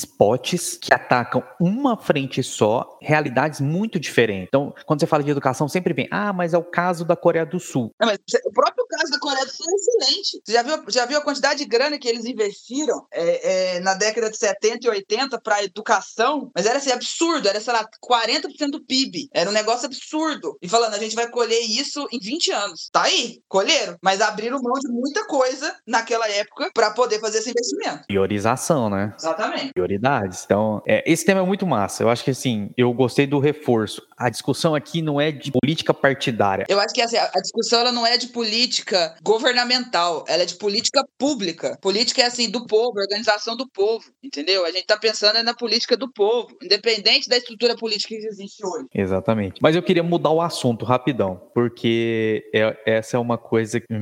spots que atacam uma frente só, realidades muito diferentes. Então, quando você fala de educação, sempre vem, ah, mas é o caso da Coreia do Sul. Não, mas o próprio caso da Coreia do Sul é excelente. Você já viu, já viu a quantidade de grana que eles investiram é, é, na década de setenta e oitenta para educação? Mas era assim, absurdo, era, sei lá, quarenta por cento do P I B. Era um negócio absurdo. E falando, a gente vai colher isso em vinte anos. Tá aí, colheram. Mas abriram mão de muita coisa naquela época para poder fazer esse investimento. Priorização, né? Exatamente. Prioridades. Então, é, esse tema é muito massa. Eu acho que, assim, eu gostei do reforço. A discussão aqui não é de política partidária. Eu acho que assim, a discussão ela não é de política governamental, ela é de política pública. Política é assim, do povo, organização do povo, entendeu? A gente tá pensando é na política do povo, independente da estrutura política que existe hoje. Exatamente. Mas eu queria mudar o assunto rapidão, porque é, essa é uma coisa que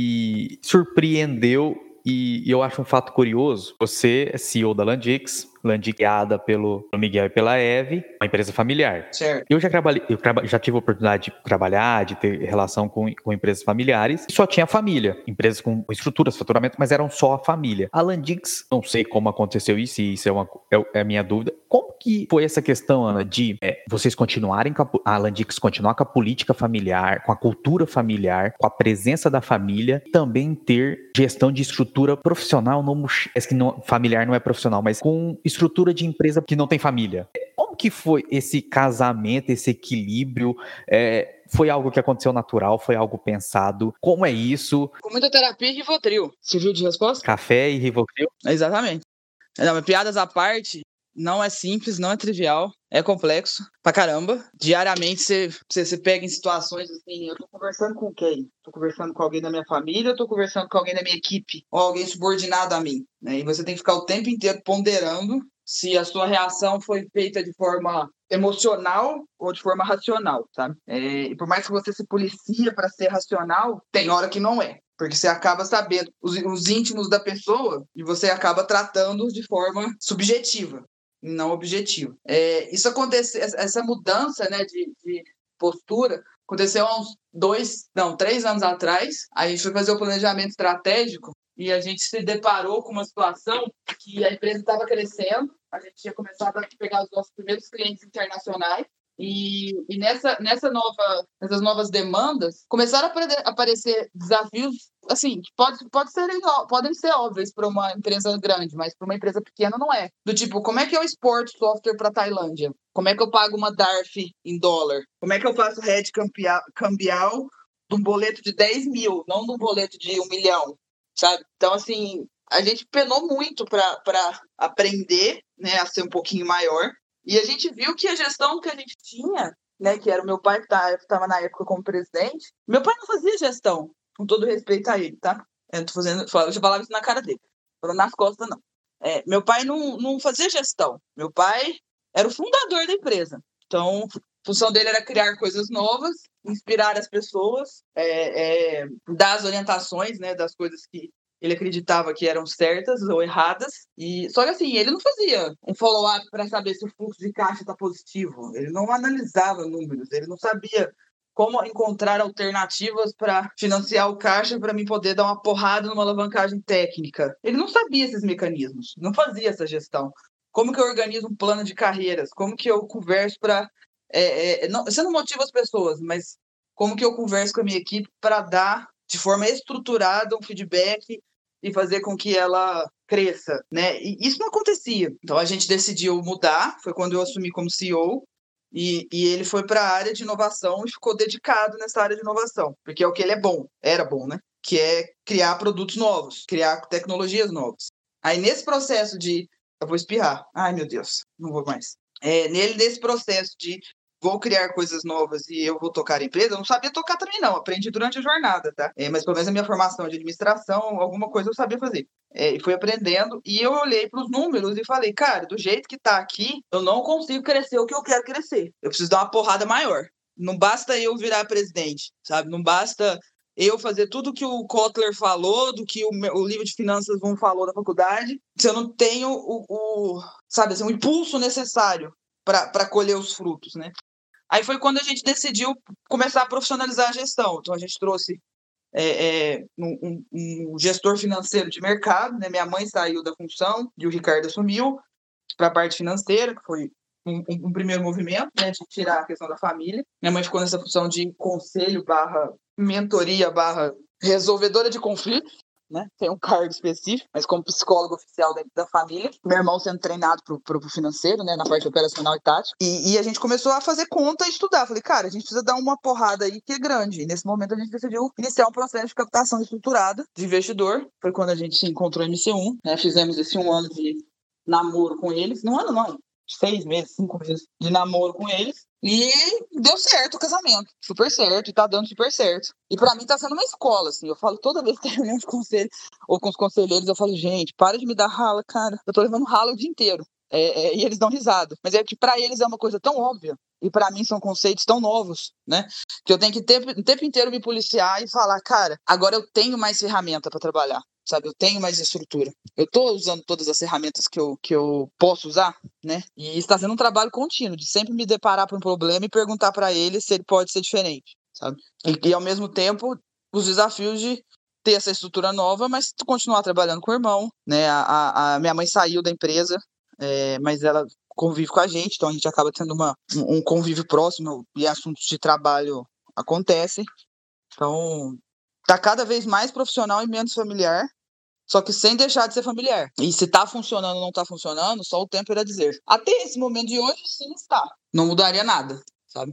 me surpreendeu e, e eu acho um fato curioso. Você é C E O da Landix, Landix guiada pelo Miguel e pela Eve, uma empresa familiar. Certo. Eu já trabalhei, eu traba, já tive a oportunidade de trabalhar, de ter relação com, com empresas familiares, e só tinha família, empresas com estruturas, faturamento, mas eram só a família. A Landix, não sei como aconteceu isso, e isso é, uma, é, é a minha dúvida. Como que foi essa questão, Ana, de é, vocês continuarem com a, a Landix continuar com a política familiar, com a cultura familiar, com a presença da família, e também ter gestão de estrutura profissional, não, é que não, familiar não é profissional, mas com estrutura de empresa que não tem família. Como que foi esse casamento, esse equilíbrio? É, foi algo que aconteceu natural? Foi algo pensado? Como é isso? Com muita terapia e Rivotril. Você viu de resposta? Café e Rivotril? Exatamente. Não, mas piadas à parte, não é simples, não é trivial, é complexo pra caramba. Diariamente você, você, você pega em situações assim, eu tô conversando com quem? Tô conversando com alguém da minha família, eu tô conversando com alguém da minha equipe, ou alguém subordinado a mim, né? E você tem que ficar o tempo inteiro ponderando se a sua reação foi feita de forma emocional ou de forma racional, sabe? É, e por mais que você se policia para ser racional, tem hora que não é. Porque você acaba sabendo os, os íntimos da pessoa e você acaba tratando-os de forma subjetiva, não objetiva. É, isso aconteceu, essa mudança, né, de, de postura aconteceu há uns dois, não, três anos atrás. A gente foi fazer o planejamento estratégico e a gente se deparou com uma situação que a empresa estava crescendo, a gente tinha começado a pegar os nossos primeiros clientes internacionais. E, e nessa, nessa nova, nessas novas demandas, começaram a aparecer desafios assim, que pode, pode ser, podem ser óbvios para uma empresa grande, mas para uma empresa pequena não é. Do tipo, como é que eu exporto software para a Tailândia? Como é que eu pago uma D A R F em dólar? Como é que eu faço hedge cambial, cambial de um boleto de dez mil, não de um boleto de um milhão, sabe? Então, assim, a gente penou muito para aprender, né, a ser um pouquinho maior. E a gente viu que a gestão que a gente tinha, né, que era o meu pai que estava na época como presidente, meu pai não fazia gestão, com todo respeito a ele, tá? Eu tô fazendo, eu já falava isso na cara dele, falando nas costas, não. É, meu pai não, não fazia gestão, meu pai era o fundador da empresa. Então, função dele era criar coisas novas, inspirar as pessoas, é, é, dar as orientações, né, das coisas que ele acreditava que eram certas ou erradas. E só que assim, ele não fazia um follow-up para saber se o fluxo de caixa está positivo. Ele não analisava números, ele não sabia como encontrar alternativas para financiar o caixa para mim poder dar uma porrada numa alavancagem técnica. Ele não sabia esses mecanismos, não fazia essa gestão. Como que eu organizo um plano de carreiras? Como que eu converso para... É, é, não, você não motiva as pessoas, mas como que eu converso com a minha equipe para dar de forma estruturada um feedback e fazer com que ela cresça, né? E isso não acontecia. Então a gente decidiu mudar, foi quando eu assumi como C E O, e, e ele foi para a área de inovação e ficou dedicado nessa área de inovação, porque é o que ele é bom, era bom, né? Que é criar produtos novos, criar tecnologias novas. Aí nesse processo de... Eu vou espirrar. Ai, meu Deus, não vou mais. É, nele, nesse processo de vou criar coisas novas e eu vou tocar a empresa, eu não sabia tocar também não, aprendi durante a jornada, tá? É, mas pelo menos a minha formação de administração, alguma coisa eu sabia fazer. É, e fui aprendendo, e eu olhei para os números e falei, cara, do jeito que tá aqui, eu não consigo crescer o que eu quero crescer. Eu preciso dar uma porrada maior. Não basta eu virar presidente, sabe? Não basta eu fazer tudo que o Kotler falou, do que o, o livro de finanças um falou da faculdade, se eu não tenho o, o sabe, assim, o impulso necessário para colher os frutos, né? Aí foi quando a gente decidiu começar a profissionalizar a gestão. Então, a gente trouxe é, é, um, um, um gestor financeiro de mercado, né? Minha mãe saiu da função e o Ricardo assumiu para a parte financeira, que foi um, um, um primeiro movimento, né? De tirar a questão da família. Minha mãe ficou nessa função de conselho barra mentoria barra resolvedora de conflitos, né? Tem um cargo específico, mas como psicólogo oficial da, da família. Meu irmão sendo treinado para o financeiro, né? Na parte operacional e tática. E, e a gente começou a fazer conta e estudar. Falei, cara, a gente precisa dar uma porrada aí que é grande. E nesse momento a gente decidiu iniciar um processo de captação estruturada de investidor. Foi quando a gente se encontrou em M C um, né? Fizemos esse um ano de namoro com eles. Não ano, não. Seis meses, cinco meses de namoro com eles. E deu certo o casamento. Super certo. E tá dando super certo. E pra mim tá sendo uma escola, assim. Eu falo toda vez que termino de conselho ou com os conselheiros, eu falo, gente, para de me dar rala, cara. Eu tô levando rala o dia inteiro. É, é, e eles dão risada. Mas é que pra eles é uma coisa tão óbvia. E pra mim são conceitos tão novos, né? Que eu tenho que ter, o tempo inteiro me policiar e falar, cara, agora eu tenho mais ferramenta pra trabalhar. Sabe, eu tenho mais estrutura. Eu estou usando todas as ferramentas que eu, que eu posso usar, né? E está sendo um trabalho contínuo, de sempre me deparar com um problema e perguntar para ele se ele pode ser diferente, sabe? E, e, ao mesmo tempo, os desafios de ter essa estrutura nova, mas continuar trabalhando com o irmão, né? A, a, a minha mãe saiu da empresa, é, mas ela convive com a gente, então a gente acaba tendo uma, um, um convívio próximo e assuntos de trabalho acontecem. Então, tá cada vez mais profissional e menos familiar. Só que sem deixar de ser familiar. E se tá funcionando ou não tá funcionando, só o tempo irá dizer. Até esse momento de hoje, sim, está. Não mudaria nada, sabe?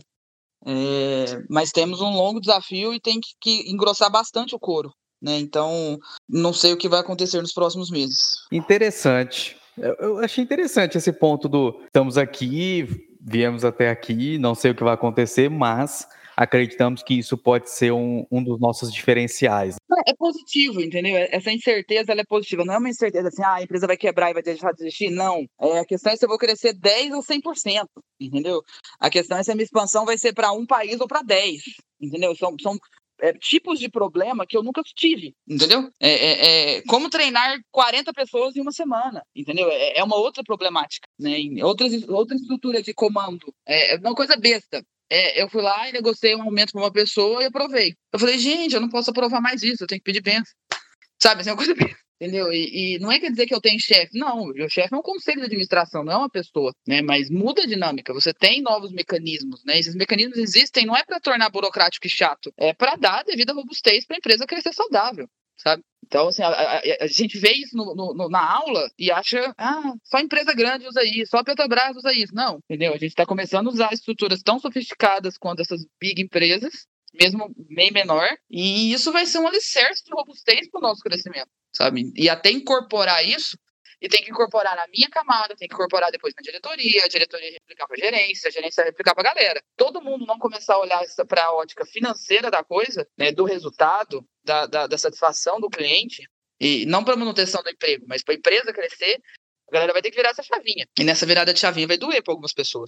É, mas temos um longo desafio e tem que, que engrossar bastante o couro, né? Então, não sei o que vai acontecer nos próximos meses. Interessante. Eu, eu achei interessante esse ponto do estamos aqui, viemos até aqui, não sei o que vai acontecer, mas acreditamos que isso pode ser um, um dos nossos diferenciais. É positivo, entendeu? Essa incerteza ela é positiva. Não é uma incerteza assim, ah, a empresa vai quebrar e vai deixar de existir. Não. É, a questão é se eu vou crescer dez ou cem por cento, entendeu? A questão é se a minha expansão vai ser para um país ou para dez, entendeu? São, são é, tipos de problema que eu nunca tive, entendeu? É, é, é, como treinar quarenta pessoas em uma semana, entendeu? É, é uma outra problemática, né? Em outras, outra estrutura de comando. É, é uma coisa besta. É, eu fui lá e negociei um aumento para uma pessoa e aprovei. Eu falei, gente, eu não posso aprovar mais isso, eu tenho que pedir bênção. Sabe, assim, é uma coisa besta. Entendeu? E, e não é quer dizer que eu tenho chefe. Não, o chefe é um conselho de administração, não é uma pessoa, né? Mas muda a dinâmica. Você tem novos mecanismos, né? Esses mecanismos existem não é para tornar burocrático e chato, é para dar a devida robustez para a empresa crescer saudável, sabe? Então, assim, a, a, a gente vê isso no, no, na aula e acha, ah, só empresa grande usa isso, só a Petrobras usa isso. Não, entendeu? A gente está começando a usar estruturas tão sofisticadas quanto essas big empresas, mesmo bem menor, e isso vai ser um alicerce de robustez para o nosso crescimento, sabe? E até incorporar isso, e tem que incorporar na minha camada, tem que incorporar depois na diretoria, a diretoria replicar para a gerência, a gerência replicar para a galera. Todo mundo não começar a olhar para a ótica financeira da coisa, né, do resultado, da, da, da satisfação do cliente, e não para manutenção do emprego, mas para a empresa crescer, a galera vai ter que virar essa chavinha. E nessa virada de chavinha vai doer para algumas pessoas.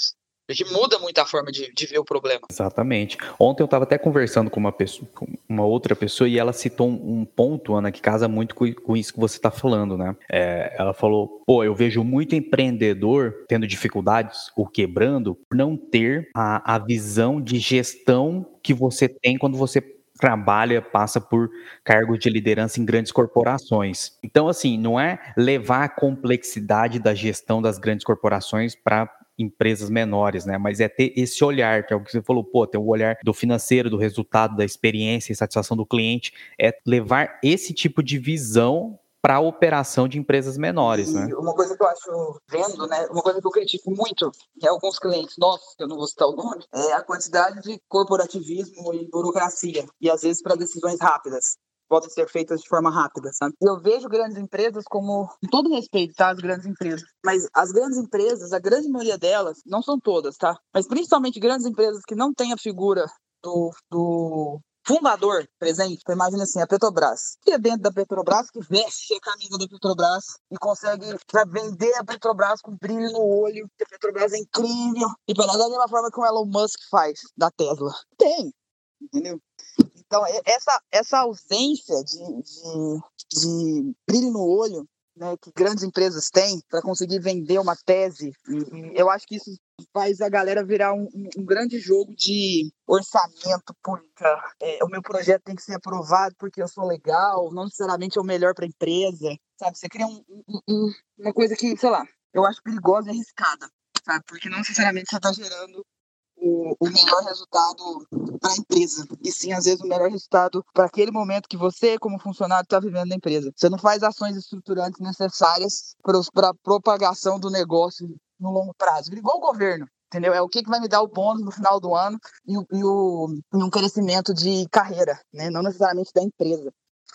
Porque muda muito a forma de, de ver o problema. Exatamente. Ontem eu estava até conversando com uma, pessoa, com uma outra pessoa e ela citou um, um ponto, Ana, que casa muito com, com isso que você está falando, né? É, ela falou, pô, eu vejo muito empreendedor tendo dificuldades ou quebrando por não ter a, a visão de gestão que você tem quando você trabalha, passa por cargos de liderança em grandes corporações. Então, assim, não é levar a complexidade da gestão das grandes corporações para empresas menores, né? Mas é ter esse olhar, que é o que você falou, pô, tem o olhar do financeiro, do resultado, da experiência e satisfação do cliente, é levar esse tipo de visão para a operação de empresas menores, E né? uma coisa que eu acho, vendo, né, uma coisa que eu critico muito em alguns clientes nossos, que eu não vou citar o nome, é a quantidade de corporativismo e burocracia, e às vezes para decisões rápidas. Podem ser feitas de forma rápida, sabe? E eu vejo grandes empresas como, com todo respeito, tá? As grandes empresas. Mas as grandes empresas, a grande maioria delas, não são todas, tá? Mas principalmente grandes empresas que não têm a figura do, do fundador presente, então imagina assim, a Petrobras. Que é dentro da Petrobras, que veste a camisa da Petrobras e consegue sabe, vender a Petrobras com brilho no olho, que a Petrobras é incrível. E pela da mesma forma que o Elon Musk faz da Tesla. Tem, entendeu? Então, essa, essa ausência de, de, de brilho no olho, né, que grandes empresas têm para conseguir vender uma tese, e, e eu acho que isso faz a galera virar um, um, um grande jogo de orçamento política. É, o meu projeto tem que ser aprovado porque eu sou legal, não necessariamente é o melhor para a empresa, sabe? Você cria um, um, um, uma coisa que, sei lá, eu acho perigosa e arriscada, sabe? Porque não necessariamente você está gerando O, o melhor resultado para a empresa, e sim, às vezes, o melhor resultado para aquele momento que você, como funcionário, está vivendo na empresa. Você não faz ações estruturantes necessárias para a propagação do negócio no longo prazo. Igual o governo, entendeu? É o que, que vai me dar o bônus no final do ano e, o, e, o, e um crescimento de carreira, né? Não necessariamente da empresa.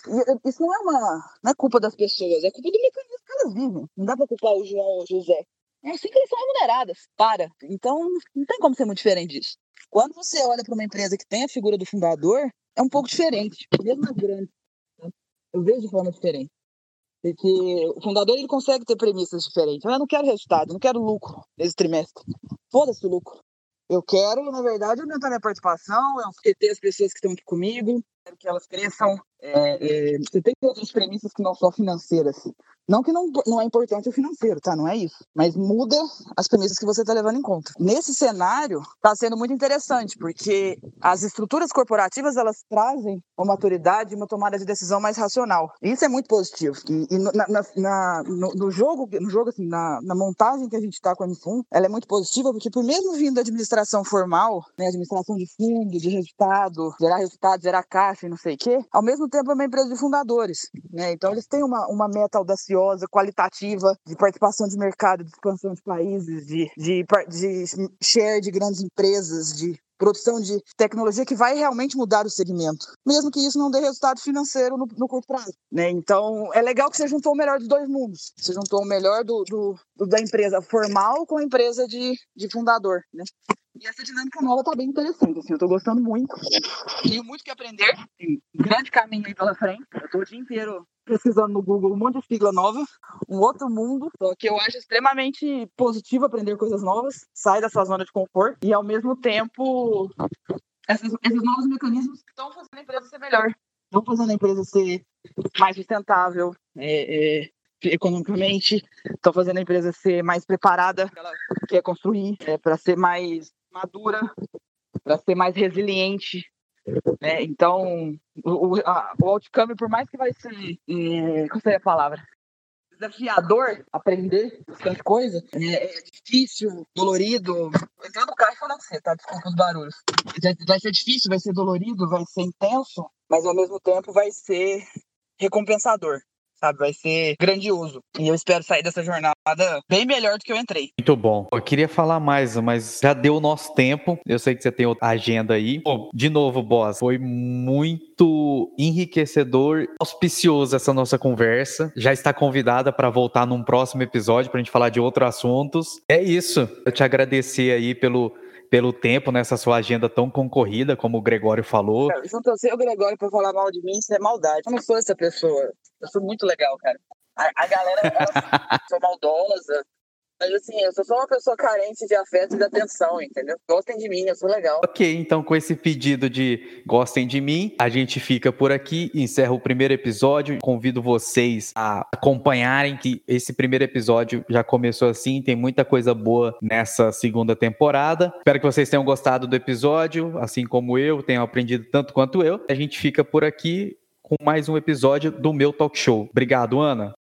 E isso não é uma não é culpa das pessoas, é culpa do mecanismo que elas vivem. Não dá para culpar o João ou o José. É assim que eles são remuneradas. Para. Então, não tem como ser muito diferente disso. Quando você olha para uma empresa que tem a figura do fundador, é um pouco diferente. Mesmo as grandes. Né? Eu vejo de forma diferente. Porque o fundador ele consegue ter premissas diferentes. Eu não quero resultado, eu não quero lucro nesse trimestre. Foda-se o lucro. Eu quero, na verdade, aumentar minha participação, eu ter as pessoas que estão aqui comigo, quero que elas cresçam. É, é, você tem outras premissas que não são financeiras. Não que não, não é importante o financeiro, tá? Não é isso. Mas muda as premissas que você está levando em conta. Nesse cenário, está sendo muito interessante, porque as estruturas corporativas, elas trazem uma maturidade e uma tomada de decisão mais racional. E isso é muito positivo. E, e na, na, na, no, no jogo, no jogo assim, na, na montagem que a gente está com a M FUN, ela é muito positiva, porque por mesmo vindo da administração formal, né, administração de fundo, de resultado, gerar resultado, gerar caixa e não sei o quê, ao mesmo tempo é uma empresa de fundadores. Né? Então eles têm uma, uma meta audaciosa, qualitativa, de participação de mercado, de expansão de países, de, de, de share de grandes empresas, de produção de tecnologia que vai realmente mudar o segmento, mesmo que isso não dê resultado financeiro no, no curto prazo. Né? Então, é legal que você juntou o melhor dos dois mundos. Você juntou o melhor do, do, do da empresa formal com a empresa de, de fundador. Né? E essa dinâmica nova está bem interessante, assim, eu estou gostando muito. Tenho muito que aprender, tem um grande caminho aí pela frente. Eu estou o dia inteiro pesquisando no Google um monte de sigla nova, um outro mundo, que eu acho extremamente positivo aprender coisas novas, sai da sua zona de conforto e, ao mesmo tempo, esses, esses novos mecanismos estão fazendo a empresa ser melhor, estão fazendo a empresa ser mais sustentável, é, é, economicamente, estão fazendo a empresa ser mais preparada para ela quer construir, é, para ser mais madura, para ser mais resiliente. Né? Então, o, a, o outcome, por mais que vai ser, é, qual seria a palavra? Desafiador aprender bastante coisa, é, é difícil, dolorido. Entrar no carro e falar com você, tá? Desculpa os barulhos. Vai ser difícil, vai ser dolorido, vai ser intenso, mas ao mesmo tempo vai ser recompensador. Sabe, vai ser grandioso. E eu espero sair dessa jornada bem melhor do que eu entrei. Muito bom. Eu queria falar mais, mas já deu o nosso tempo. Eu sei que você tem outra agenda aí. Bom, de novo, boss, foi muito enriquecedor, auspicioso essa nossa conversa. Já está convidada para voltar num próximo episódio para a gente falar de outros assuntos. É isso. Eu te agradecer aí pelo pelo tempo nessa sua agenda tão concorrida, como o Gregório falou. Cara, junto a você e o Gregório pra falar mal de mim, isso é maldade. Eu não sou essa pessoa. Eu sou muito legal, cara. A, a galera, ela sou maldosa, Mas assim, eu sou só uma pessoa carente de afeto e de atenção, entendeu? Gostem de mim, eu sou legal. Ok, então com esse pedido de gostem de mim, a gente fica por aqui, encerra o primeiro episódio. Convido vocês a acompanharem que esse primeiro episódio já começou assim, tem muita coisa boa nessa segunda temporada. Espero que vocês tenham gostado do episódio, assim como eu, tenham aprendido tanto quanto eu. A gente fica por aqui com mais um episódio do meu talk show. Obrigado, Ana.